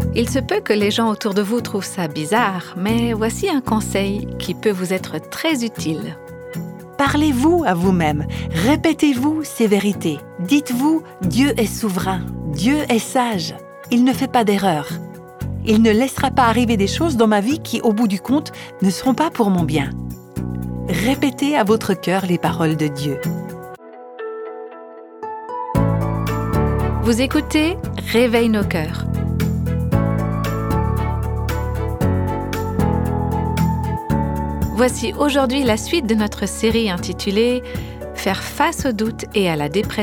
Il se peut que les gens autour de vous trouvent ça bizarre, mais voici un conseil qui peut vous être très utile. Parlez-vous à vous-même, répétez-vous ces vérités. Dites-vous, Dieu est souverain, Dieu est sage, il ne fait pas d'erreur. Il ne laissera pas arriver des choses dans ma vie qui, au bout du compte, ne seront pas pour mon bien. Répétez à votre cœur les paroles de Dieu. Vous écoutez Réveille nos cœurs. Voici aujourd'hui la suite de notre série intitulée « Faire face aux doutes et à la dépression ».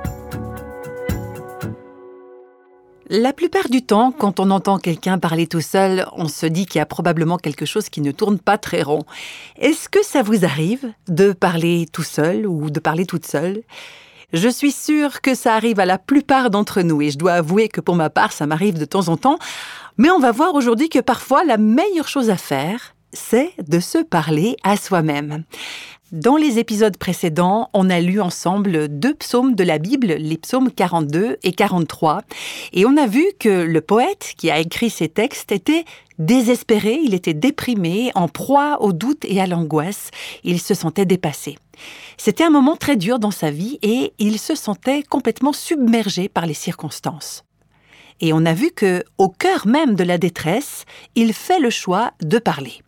La plupart du temps, quand on entend quelqu'un parler tout seul, on se dit qu'il y a probablement quelque chose qui ne tourne pas très rond. Est-ce que ça vous arrive de parler tout seul ou de parler toute seule ? Je suis sûre que ça arrive à la plupart d'entre nous et je dois avouer que pour ma part, ça m'arrive de temps en temps. Mais on va voir aujourd'hui que parfois, la meilleure chose à faire, c'est de se parler à soi-même. Dans les épisodes précédents, on a lu ensemble 2 psaumes de la Bible, les psaumes 42 et 43. Et on a vu que le poète qui a écrit ces textes était désespéré, il était déprimé, en proie au doute et à l'angoisse. Il se sentait dépassé. C'était un moment très dur dans sa vie et il se sentait complètement submergé par les circonstances. Et on a vu que, au cœur même de la détresse, il fait le choix de parler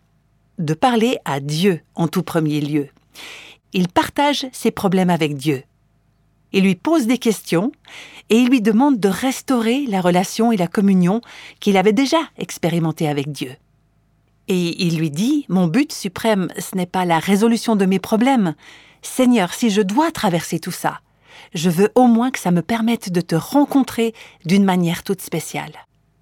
à Dieu en tout premier lieu. Il partage ses problèmes avec Dieu. Il lui pose des questions et il lui demande de restaurer la relation et la communion qu'il avait déjà expérimentée avec Dieu. Et il lui dit « Mon but suprême, ce n'est pas la résolution de mes problèmes. Seigneur, si je dois traverser tout ça, je veux au moins que ça me permette de te rencontrer d'une manière toute spéciale. »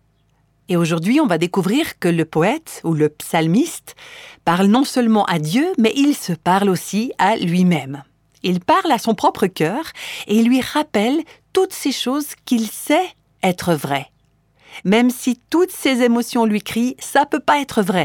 Et aujourd'hui, on va découvrir que le poète ou le psalmiste parle non seulement à Dieu, mais il se parle aussi à lui-même. Il parle à son propre cœur et il lui rappelle toutes ces choses qu'il sait être vraies. Même si toutes ses émotions lui crient « ça peut pas être vrai ».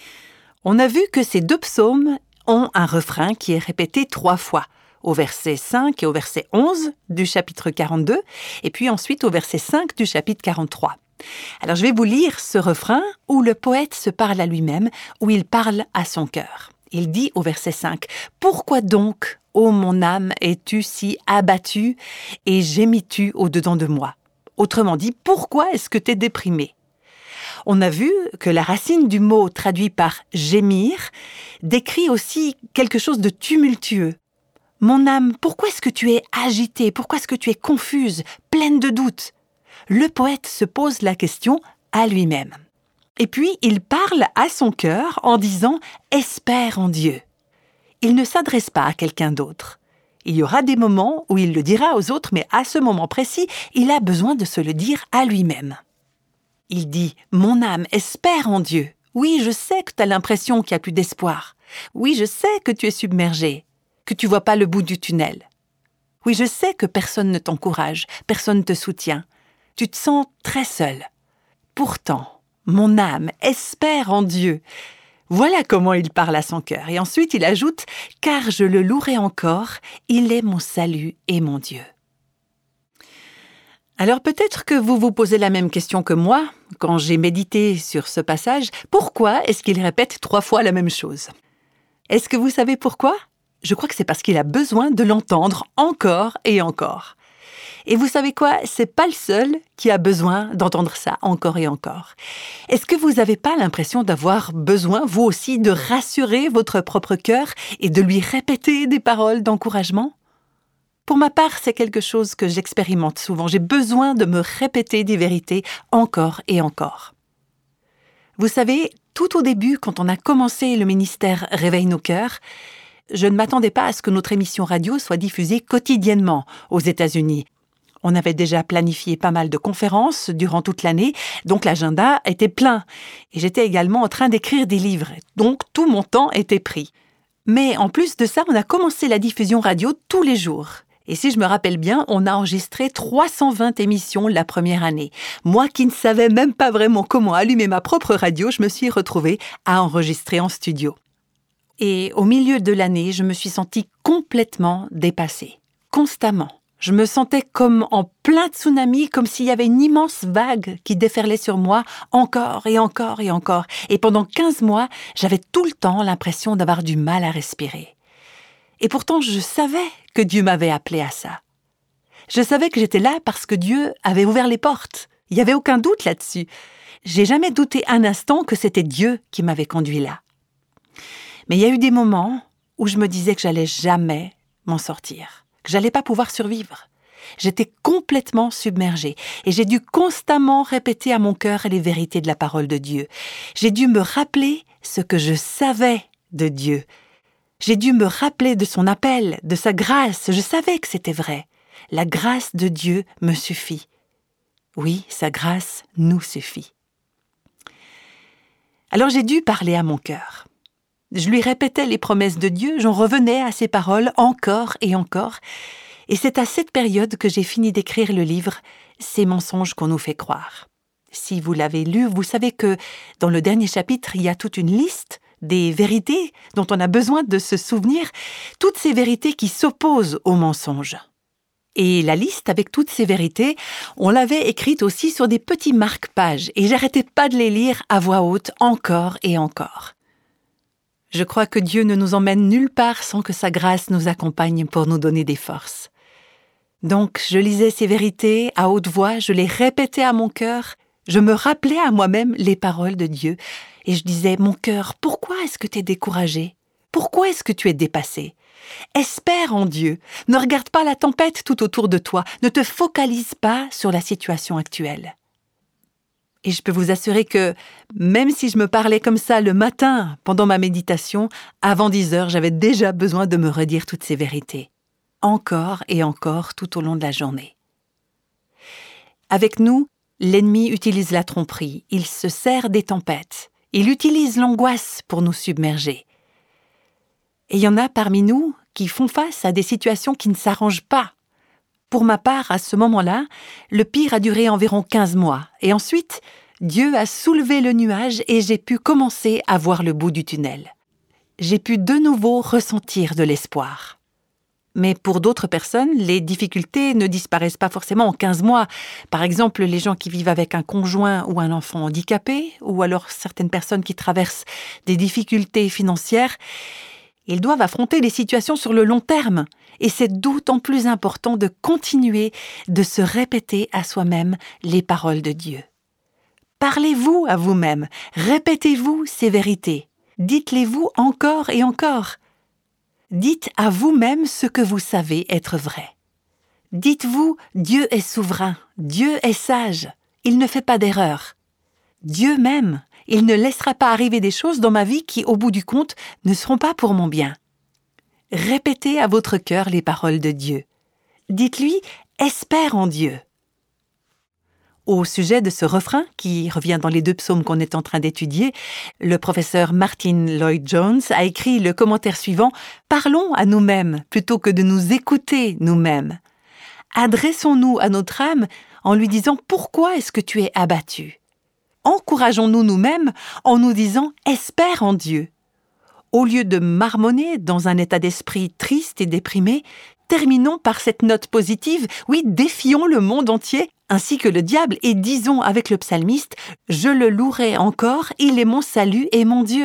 On a vu que ces 2 psaumes ont un refrain qui est répété 3 fois, au verset 5 et au verset 11 du chapitre 42, et puis ensuite au verset 5 du chapitre 43. Alors je vais vous lire ce refrain où le poète se parle à lui-même, où il parle à son cœur. Il dit au verset 5 « Pourquoi donc, ô mon âme, es-tu si abattue et gémis-tu au-dedans de moi ?» Autrement dit, pourquoi est-ce que tu es déprimé ? On a vu que la racine du mot traduit par « gémir » décrit aussi quelque chose de tumultueux. Mon âme, pourquoi est-ce que tu es agitée ? Pourquoi est-ce que tu es confuse, pleine de doutes ? Le poète se pose la question à lui-même. Et puis, il parle à son cœur en disant « Espère en Dieu ». Il ne s'adresse pas à quelqu'un d'autre. Il y aura des moments où il le dira aux autres, mais à ce moment précis, il a besoin de se le dire à lui-même. Il dit « Mon âme, espère en Dieu. Oui, je sais que tu as l'impression qu'il n'y a plus d'espoir. Oui, je sais que tu es submergé, que tu ne vois pas le bout du tunnel. Oui, je sais que personne ne t'encourage, personne ne te soutient. Tu te sens très seul. Pourtant, mon âme espère en Dieu. » Voilà comment il parle à son cœur. Et ensuite, il ajoute « Car je le louerai encore, il est mon salut et mon Dieu. » Alors peut-être que vous vous posez la même question que moi, quand j'ai médité sur ce passage. Pourquoi est-ce qu'il répète 3 fois la même chose ? Est-ce que vous savez pourquoi ? Je crois que c'est parce qu'il a besoin de l'entendre encore et encore. Et vous savez quoi ? C'est pas le seul qui a besoin d'entendre ça encore et encore. Est-ce que vous n'avez pas l'impression d'avoir besoin, vous aussi, de rassurer votre propre cœur et de lui répéter des paroles d'encouragement ? Pour ma part, c'est quelque chose que j'expérimente souvent. J'ai besoin de me répéter des vérités encore et encore. Vous savez, tout au début, quand on a commencé le ministère Réveille nos cœurs, je ne m'attendais pas à ce que notre émission radio soit diffusée quotidiennement aux États-Unis. On avait déjà planifié pas mal de conférences durant toute l'année, donc l'agenda était plein. Et j'étais également en train d'écrire des livres, donc tout mon temps était pris. Mais en plus de ça, on a commencé la diffusion radio tous les jours. Et si je me rappelle bien, on a enregistré 320 émissions la première année. Moi qui ne savais même pas vraiment comment allumer ma propre radio, je me suis retrouvée à enregistrer en studio. Et au milieu de l'année, je me suis sentie complètement dépassée. Constamment. Je me sentais comme en plein tsunami, comme s'il y avait une immense vague qui déferlait sur moi, encore et encore et encore. Et pendant 15 mois, j'avais tout le temps l'impression d'avoir du mal à respirer. Et pourtant, je savais que Dieu m'avait appelé à ça. Je savais que j'étais là parce que Dieu avait ouvert les portes. Il n'y avait aucun doute là-dessus. J'ai jamais douté un instant que c'était Dieu qui m'avait conduit là. Mais il y a eu des moments où je me disais que j'allais jamais m'en sortir, que j'allais pas pouvoir survivre. J'étais complètement submergée et j'ai dû constamment répéter à mon cœur les vérités de la parole de Dieu. J'ai dû me rappeler ce que je savais de Dieu. J'ai dû me rappeler de son appel, de sa grâce. Je savais que c'était vrai. La grâce de Dieu me suffit. Oui, sa grâce nous suffit. Alors j'ai dû parler à mon cœur. Je lui répétais les promesses de Dieu, j'en revenais à ses paroles encore et encore. Et c'est à cette période que j'ai fini d'écrire le livre « Ces mensonges qu'on nous fait croire ». Si vous l'avez lu, vous savez que dans le dernier chapitre, il y a toute une liste des vérités dont on a besoin de se souvenir, toutes ces vérités qui s'opposent aux mensonges. Et la liste avec toutes ces vérités, on l'avait écrite aussi sur des petits marque-pages et j'arrêtais pas de les lire à voix haute encore et encore. Je crois que Dieu ne nous emmène nulle part sans que sa grâce nous accompagne pour nous donner des forces. Donc, je lisais ces vérités à haute voix, je les répétais à mon cœur, je me rappelais à moi-même les paroles de Dieu et je disais « Mon cœur, pourquoi est-ce que tu es découragé? Pourquoi est-ce que tu es dépassé? Espère en Dieu, ne regarde pas la tempête tout autour de toi, ne te focalise pas sur la situation actuelle. » Et je peux vous assurer que, même si je me parlais comme ça le matin, pendant ma méditation, avant 10 heures, j'avais déjà besoin de me redire toutes ces vérités. Encore et encore tout au long de la journée. Avec nous, l'ennemi utilise la tromperie, il se sert des tempêtes, il utilise l'angoisse pour nous submerger. Et il y en a parmi nous qui font face à des situations qui ne s'arrangent pas. Pour ma part, à ce moment-là, le pire a duré environ 15 mois. Et ensuite, Dieu a soulevé le nuage et j'ai pu commencer à voir le bout du tunnel. J'ai pu de nouveau ressentir de l'espoir. Mais pour d'autres personnes, les difficultés ne disparaissent pas forcément en 15 mois. Par exemple, les gens qui vivent avec un conjoint ou un enfant handicapé, ou alors certaines personnes qui traversent des difficultés financières, ils doivent affronter les situations sur le long terme. Et c'est d'autant plus important de continuer de se répéter à soi-même les paroles de Dieu. Parlez-vous à vous-même, répétez-vous ces vérités, dites-les-vous encore et encore. Dites à vous-même ce que vous savez être vrai. Dites-vous, Dieu est souverain, Dieu est sage, il ne fait pas d'erreur. Dieu m'aime, il ne laissera pas arriver des choses dans ma vie qui, au bout du compte, ne seront pas pour mon bien. Répétez à votre cœur les paroles de Dieu. Dites-lui « Espère en Dieu ». Au sujet de ce refrain, qui revient dans les 2 psaumes qu'on est en train d'étudier, le professeur Martin Lloyd-Jones a écrit le commentaire suivant « Parlons à nous-mêmes plutôt que de nous écouter nous-mêmes. Adressons-nous à notre âme en lui disant « Pourquoi est-ce que tu es abattu ?» Encourageons-nous nous-mêmes en nous disant « Espère en Dieu ». Au lieu de marmonner dans un état d'esprit triste et déprimé, terminons par cette note positive, oui, défions le monde entier, ainsi que le diable, et disons avec le psalmiste « Je le louerai encore, il est mon salut et mon Dieu ».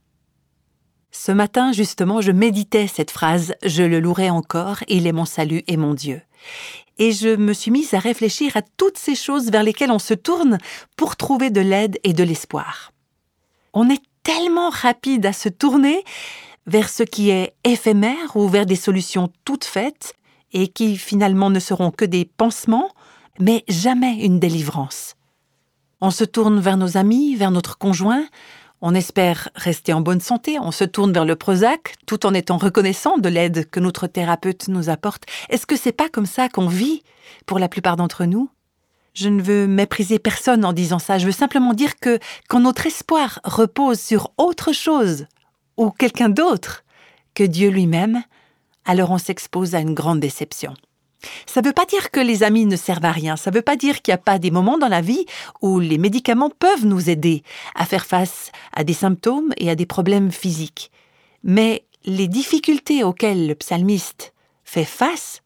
Ce matin, justement, je méditais cette phrase « Je le louerai encore, il est mon salut et mon Dieu ». Et je me suis mise à réfléchir à toutes ces choses vers lesquelles on se tourne pour trouver de l'aide et de l'espoir. On est tellement rapide à se tourner vers ce qui est éphémère ou vers des solutions toutes faites et qui finalement ne seront que des pansements, mais jamais une délivrance. On se tourne vers nos amis, vers notre conjoint, on espère rester en bonne santé, on se tourne vers le Prozac tout en étant reconnaissant de l'aide que notre thérapeute nous apporte. Est-ce que c'est pas comme ça qu'on vit pour la plupart d'entre nous ? Je ne veux mépriser personne en disant ça, je veux simplement dire que quand notre espoir repose sur autre chose ou quelqu'un d'autre que Dieu lui-même, alors on s'expose à une grande déception. Ça ne veut pas dire que les amis ne servent à rien, ça ne veut pas dire qu'il n'y a pas des moments dans la vie où les médicaments peuvent nous aider à faire face à des symptômes et à des problèmes physiques. Mais les difficultés auxquelles le psalmiste fait face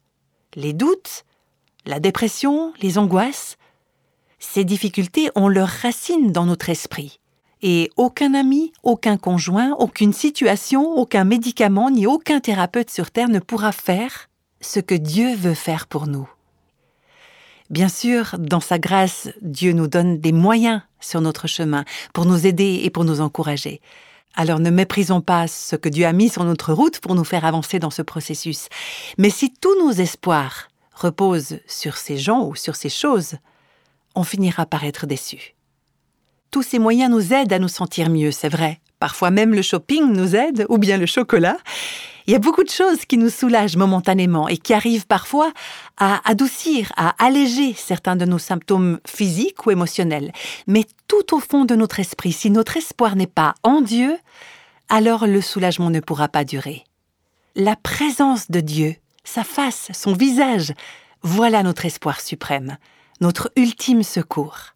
les doutes, la dépression, les angoisses. Ces difficultés ont leurs racines dans notre esprit. Et aucun ami, aucun conjoint, aucune situation, aucun médicament ni aucun thérapeute sur Terre ne pourra faire ce que Dieu veut faire pour nous. Bien sûr, dans sa grâce, Dieu nous donne des moyens sur notre chemin pour nous aider et pour nous encourager. Alors ne méprisons pas ce que Dieu a mis sur notre route pour nous faire avancer dans ce processus. Mais si tous nos espoirs reposent sur ces gens ou sur ces choses, on finira par être déçus. Tous ces moyens nous aident à nous sentir mieux, c'est vrai. Parfois même le shopping nous aide, ou bien le chocolat. Il y a beaucoup de choses qui nous soulagent momentanément et qui arrivent parfois à adoucir, à alléger certains de nos symptômes physiques ou émotionnels. Mais tout au fond de notre esprit, si notre espoir n'est pas en Dieu, alors le soulagement ne pourra pas durer. La présence de Dieu, sa face, son visage, voilà notre espoir suprême, notre ultime secours.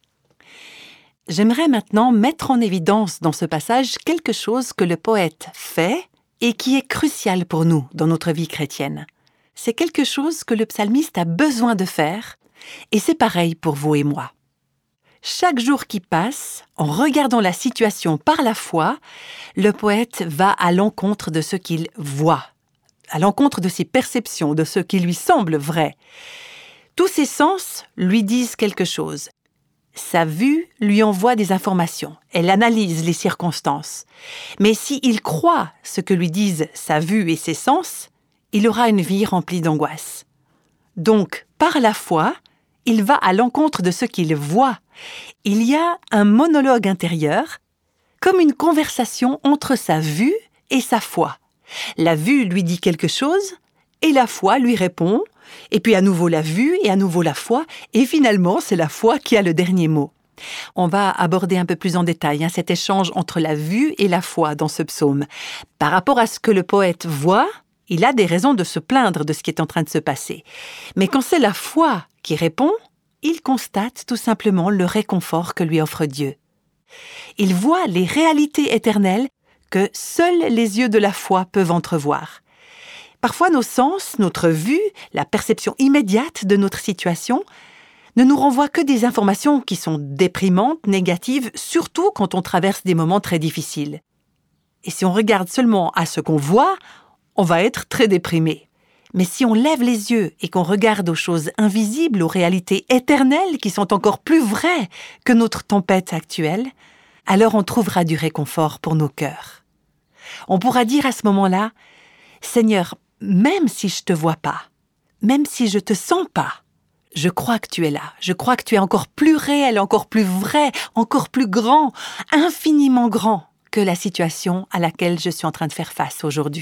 J'aimerais maintenant mettre en évidence dans ce passage quelque chose que le poète fait et qui est crucial pour nous dans notre vie chrétienne. C'est quelque chose que le psalmiste a besoin de faire et c'est pareil pour vous et moi. Chaque jour qui passe, en regardant la situation par la foi, le poète va à l'encontre de ce qu'il voit, à l'encontre de ses perceptions, de ce qui lui semble vrai. Tous ses sens lui disent quelque chose. Sa vue lui envoie des informations. Elle analyse les circonstances. Mais s'il croit ce que lui disent sa vue et ses sens, il aura une vie remplie d'angoisse. Donc, par la foi, il va à l'encontre de ce qu'il voit. Il y a un monologue intérieur, comme une conversation entre sa vue et sa foi. La vue lui dit quelque chose et la foi lui répond. Et puis à nouveau la vue et à nouveau la foi, et finalement c'est la foi qui a le dernier mot. On va aborder un peu plus en détail cet échange entre la vue et la foi dans ce psaume. Par rapport à ce que le poète voit, il a des raisons de se plaindre de ce qui est en train de se passer. Mais quand c'est la foi qui répond, il constate tout simplement le réconfort que lui offre Dieu. Il voit les réalités éternelles que seuls les yeux de la foi peuvent entrevoir. Parfois, nos sens, notre vue, la perception immédiate de notre situation ne nous renvoient que des informations qui sont déprimantes, négatives, surtout quand on traverse des moments très difficiles. Et si on regarde seulement à ce qu'on voit, on va être très déprimé. Mais si on lève les yeux et qu'on regarde aux choses invisibles, aux réalités éternelles qui sont encore plus vraies que notre tempête actuelle, alors on trouvera du réconfort pour nos cœurs. On pourra dire à ce moment-là, « Seigneur, même si je te vois pas, même si je te sens pas, je crois que tu es là. Je crois que tu es encore plus réel, encore plus vrai, encore plus grand, infiniment grand que la situation à laquelle je suis en train de faire face aujourd'hui. »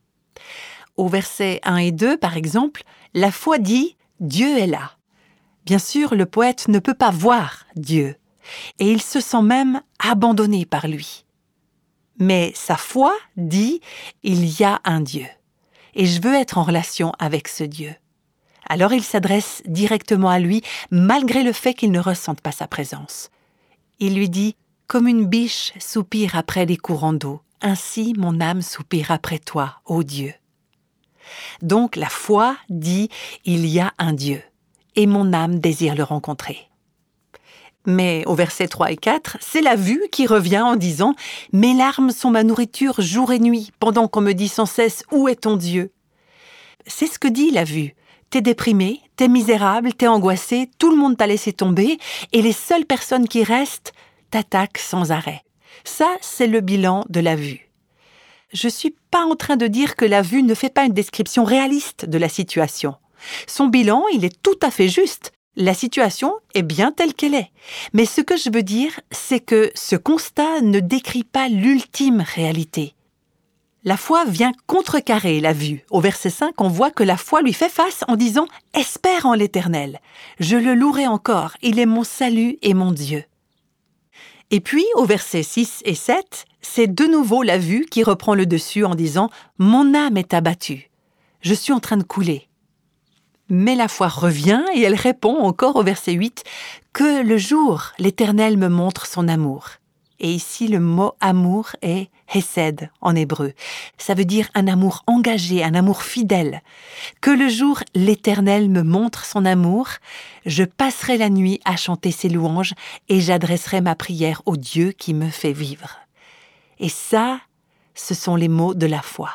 Au verset 1 et 2, par exemple, la foi dit « Dieu est là ». Bien sûr, le poète ne peut pas voir Dieu, et il se sent même abandonné par lui. Mais sa foi dit « Il y a un Dieu ». Et je veux être en relation avec ce Dieu. Alors il s'adresse directement à lui, malgré le fait qu'il ne ressente pas sa présence. Il lui dit « Comme une biche soupire après les courants d'eau, ainsi mon âme soupire après toi, ô Dieu. » Donc la foi dit « Il y a un Dieu, et mon âme désire le rencontrer. » Mais au verset 3 et 4, c'est la vue qui revient en disant « Mes larmes sont ma nourriture jour et nuit, pendant qu'on me dit sans cesse « Où est ton Dieu ?» C'est ce que dit la vue. T'es déprimé, t'es misérable, t'es angoissé, tout le monde t'a laissé tomber, et les seules personnes qui restent t'attaquent sans arrêt. Ça, c'est le bilan de la vue. Je suis pas en train de dire que la vue ne fait pas une description réaliste de la situation. Son bilan, il est tout à fait juste. La situation est bien telle qu'elle est. Mais ce que je veux dire, c'est que ce constat ne décrit pas l'ultime réalité. La foi vient contrecarrer la vue. Au verset 5, on voit que la foi lui fait face en disant « Espère en l'Éternel. Je le louerai encore. Il est mon salut et mon Dieu. » Et puis, au verset 6 et 7, c'est de nouveau la vue qui reprend le dessus en disant « Mon âme est abattue. Je suis en train de couler. » Mais la foi revient et elle répond encore au verset 8 « Que le jour, l'Éternel me montre son amour. Et ici, le mot amour est hesed en hébreu. Ça veut dire un amour engagé, un amour fidèle. Que le jour l'Éternel me montre son amour, je passerai la nuit à chanter ses louanges et j'adresserai ma prière au Dieu qui me fait vivre. Et ça, ce sont les mots de la foi.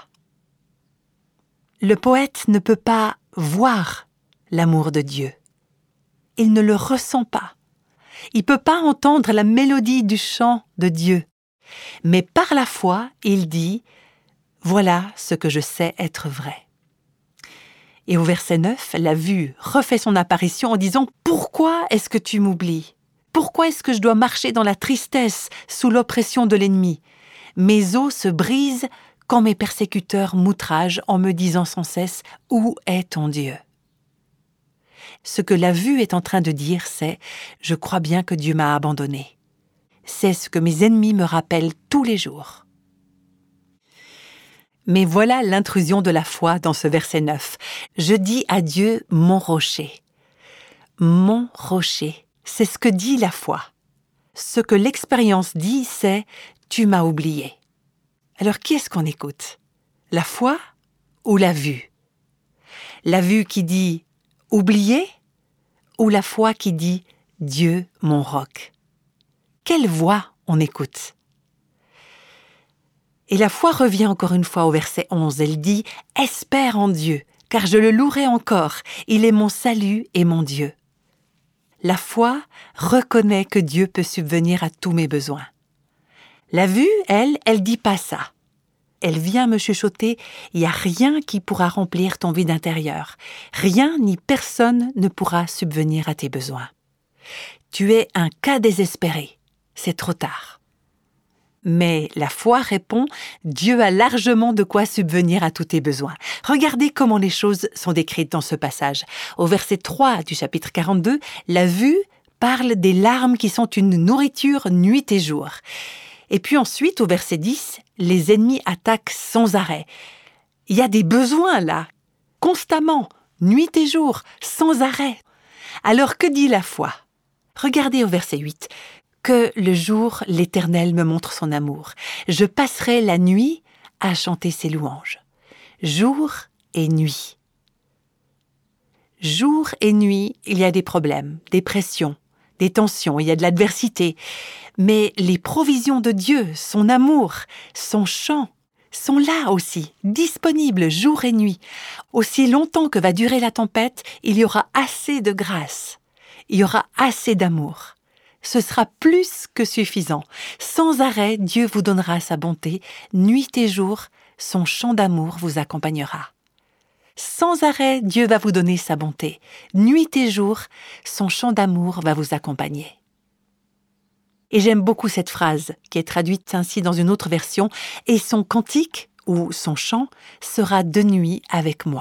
Le poète ne peut pas voir l'amour de Dieu. Il ne le ressent pas. Il ne peut pas entendre la mélodie du chant de Dieu. Mais par la foi, il dit « Voilà ce que je sais être vrai ». Et au verset 9, la vue refait son apparition en disant « Pourquoi est-ce que tu m'oublies ? Pourquoi est-ce que je dois marcher dans la tristesse sous l'oppression de l'ennemi ? Mes os se brisent quand mes persécuteurs m'outragent en me disant sans cesse « Où est ton Dieu ?» Ce que la vue est en train de dire, c'est « Je crois bien que Dieu m'a abandonné ». C'est ce que mes ennemis me rappellent tous les jours. Mais voilà l'intrusion de la foi dans ce verset 9. Je dis à Dieu « mon rocher ». Mon rocher, c'est ce que dit la foi. Ce que l'expérience dit, c'est « tu m'as oublié ». Alors qui est-ce qu'on écoute ? La foi ou la vue ? La vue qui dit « oublié » ou la foi qui dit « Dieu, mon roc ». Quelle voix on écoute ? Et la foi revient encore une fois au verset 11. Elle dit « Espère en Dieu, car je le louerai encore. Il est mon salut et mon Dieu. » La foi reconnaît que Dieu peut subvenir à tous mes besoins. La vue, elle dit pas ça. Elle vient me chuchoter « Il n'y a rien qui pourra remplir ton vide intérieur. Rien ni personne ne pourra subvenir à tes besoins. Tu es un cas désespéré. C'est trop tard. » Mais la foi répond « Dieu a largement de quoi subvenir à tous tes besoins. » Regardez comment les choses sont décrites dans ce passage. Au verset 3 du chapitre 42, la vue parle des larmes qui sont une nourriture nuit et jour. Et puis ensuite, au verset 10, les ennemis attaquent sans arrêt. Il y a des besoins là, constamment, nuit et jour, sans arrêt. Alors que dit la foi ? Regardez au verset 8. Que le jour, l'Éternel me montre son amour. Je passerai la nuit à chanter ses louanges. Jour et nuit. Jour et nuit, il y a des problèmes, des pressions, des tensions, il y a de l'adversité. Mais les provisions de Dieu, son amour, son chant, sont là aussi, disponibles jour et nuit. Aussi longtemps que va durer la tempête, il y aura assez de grâce, il y aura assez d'amour. Ce sera plus que suffisant. Sans arrêt, Dieu vous donnera sa bonté. Nuit et jour, son chant d'amour vous accompagnera. Sans arrêt, Dieu va vous donner sa bonté. Nuit et jour, son chant d'amour va vous accompagner. Et j'aime beaucoup cette phrase, qui est traduite ainsi dans une autre version. « Et son cantique, ou son chant, sera de nuit avec moi. »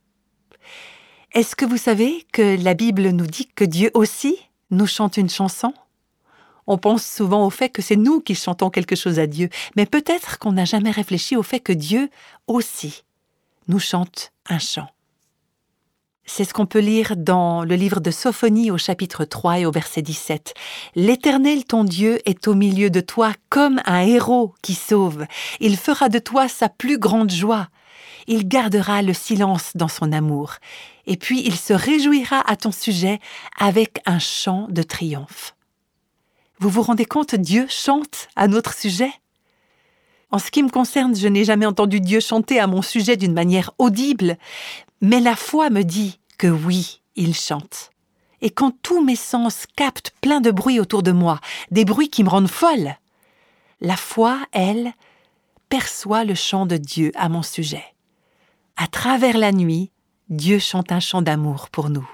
Est-ce que vous savez que la Bible nous dit que Dieu aussi nous chante une chanson? On pense souvent au fait que c'est nous qui chantons quelque chose à Dieu, mais peut-être qu'on n'a jamais réfléchi au fait que Dieu aussi nous chante un chant. C'est ce qu'on peut lire dans le livre de Sophonie au chapitre 3 et au verset 17. « L'Éternel ton Dieu est au milieu de toi comme un héros qui sauve. Il fera de toi sa plus grande joie. Il gardera le silence dans son amour. Et puis il se réjouira à ton sujet avec un chant de triomphe. » Vous vous rendez compte, Dieu chante à notre sujet? En ce qui me concerne, je n'ai jamais entendu Dieu chanter à mon sujet d'une manière audible, mais la foi me dit que oui, il chante. Et quand tous mes sens captent plein de bruits autour de moi, des bruits qui me rendent folle, la foi, elle, perçoit le chant de Dieu à mon sujet. À travers la nuit, Dieu chante un chant d'amour pour nous.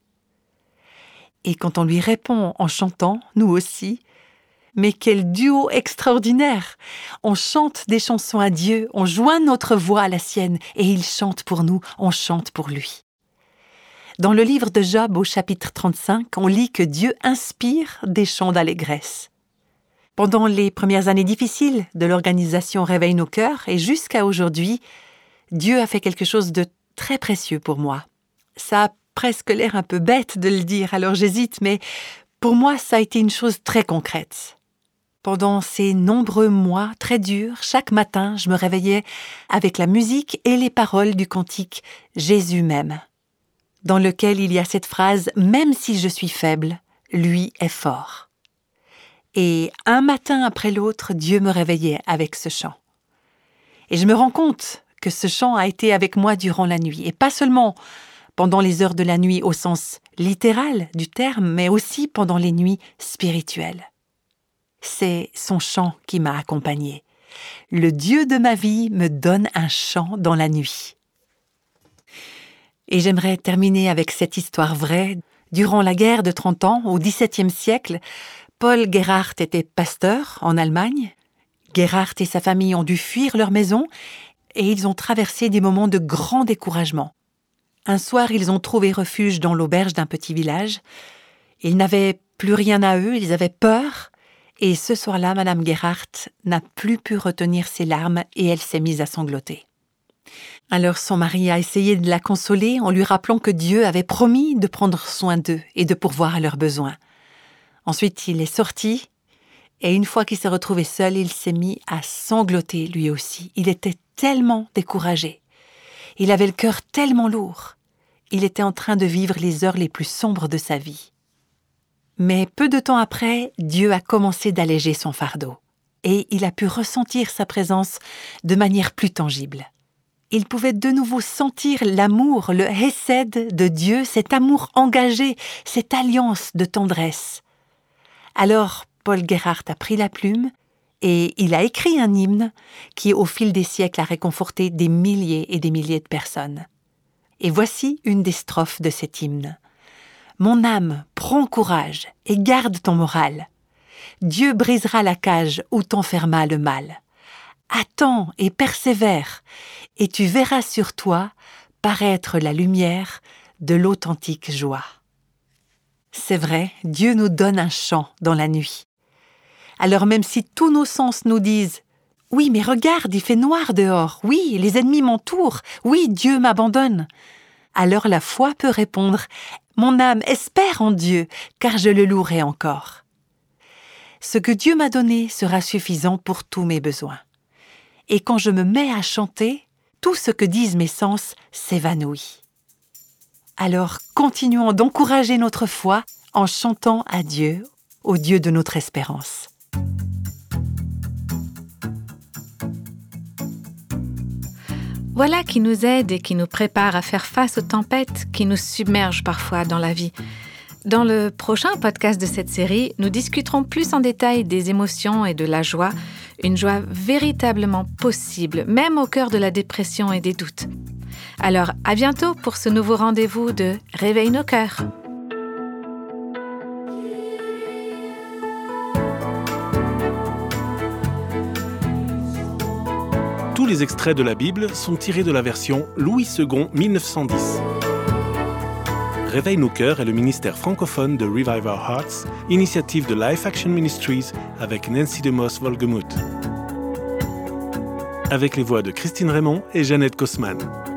Et quand on lui répond en chantant, nous aussi, mais quel duo extraordinaire! On chante des chansons à Dieu, on joint notre voix à la sienne, et il chante pour nous, on chante pour lui. Dans le livre de Job, au chapitre 35, on lit que Dieu inspire des chants d'allégresse. Pendant les premières années difficiles de l'organisation Réveille nos cœurs, et jusqu'à aujourd'hui, Dieu a fait quelque chose de très précieux pour moi. Ça a presque l'air un peu bête de le dire, alors j'hésite, mais pour moi, ça a été une chose très concrète. Pendant ces nombreux mois très durs, chaque matin, je me réveillais avec la musique et les paroles du cantique « Jésus m'aime », dans lequel il y a cette phrase « Même si je suis faible, lui est fort ». Et un matin après l'autre, Dieu me réveillait avec ce chant. Et je me rends compte que ce chant a été avec moi durant la nuit, et pas seulement pendant les heures de la nuit au sens littéral du terme, mais aussi pendant les nuits spirituelles. C'est son chant qui m'a accompagnée. Le Dieu de ma vie me donne un chant dans la nuit. Et j'aimerais terminer avec cette histoire vraie. Durant la guerre de 30 ans, au XVIIe siècle, Paul Gerhardt était pasteur en Allemagne. Gerhardt et sa famille ont dû fuir leur maison et ils ont traversé des moments de grand découragement. Un soir, ils ont trouvé refuge dans l'auberge d'un petit village. Ils n'avaient plus rien à eux, ils avaient peur. Et ce soir-là, Madame Gerhardt n'a plus pu retenir ses larmes et elle s'est mise à sangloter. Alors son mari a essayé de la consoler en lui rappelant que Dieu avait promis de prendre soin d'eux et de pourvoir à leurs besoins. Ensuite, il est sorti et une fois qu'il s'est retrouvé seul, il s'est mis à sangloter lui aussi. Il était tellement découragé. Il avait le cœur tellement lourd. Il était en train de vivre les heures les plus sombres de sa vie. Mais peu de temps après, Dieu a commencé d'alléger son fardeau et il a pu ressentir sa présence de manière plus tangible. Il pouvait de nouveau sentir l'amour, le hesed de Dieu, cet amour engagé, cette alliance de tendresse. Alors, Paul Gerhardt a pris la plume et il a écrit un hymne qui, au fil des siècles, a réconforté des milliers et des milliers de personnes. Et voici une des strophes de cet hymne. « Mon âme, prends courage et garde ton moral. Dieu brisera la cage où t'enferma le mal. Attends et persévère, et tu verras sur toi paraître la lumière de l'authentique joie. » C'est vrai, Dieu nous donne un chant dans la nuit. Alors même si tous nos sens nous disent « Oui, mais regarde, il fait noir dehors. Oui, les ennemis m'entourent. Oui, Dieu m'abandonne. » Alors la foi peut répondre « Mon âme espère en Dieu, car je le louerai encore. » Ce que Dieu m'a donné sera suffisant pour tous mes besoins. Et quand je me mets à chanter, tout ce que disent mes sens s'évanouit. Alors continuons d'encourager notre foi en chantant à Dieu, au Dieu de notre espérance. Voilà qui nous aide et qui nous prépare à faire face aux tempêtes qui nous submergent parfois dans la vie. Dans le prochain podcast de cette série, nous discuterons plus en détail des émotions et de la joie, une joie véritablement possible, même au cœur de la dépression et des doutes. Alors, à bientôt pour ce nouveau rendez-vous de Réveille nos cœurs. Tous les extraits de la Bible sont tirés de la version Louis II 1910. Réveille nos cœurs est le ministère francophone de Revive Our Hearts, initiative de Life Action Ministries avec Nancy DeMoss Wolgemuth. Avec les voix de Christine Raymond et Jeannette Kosman.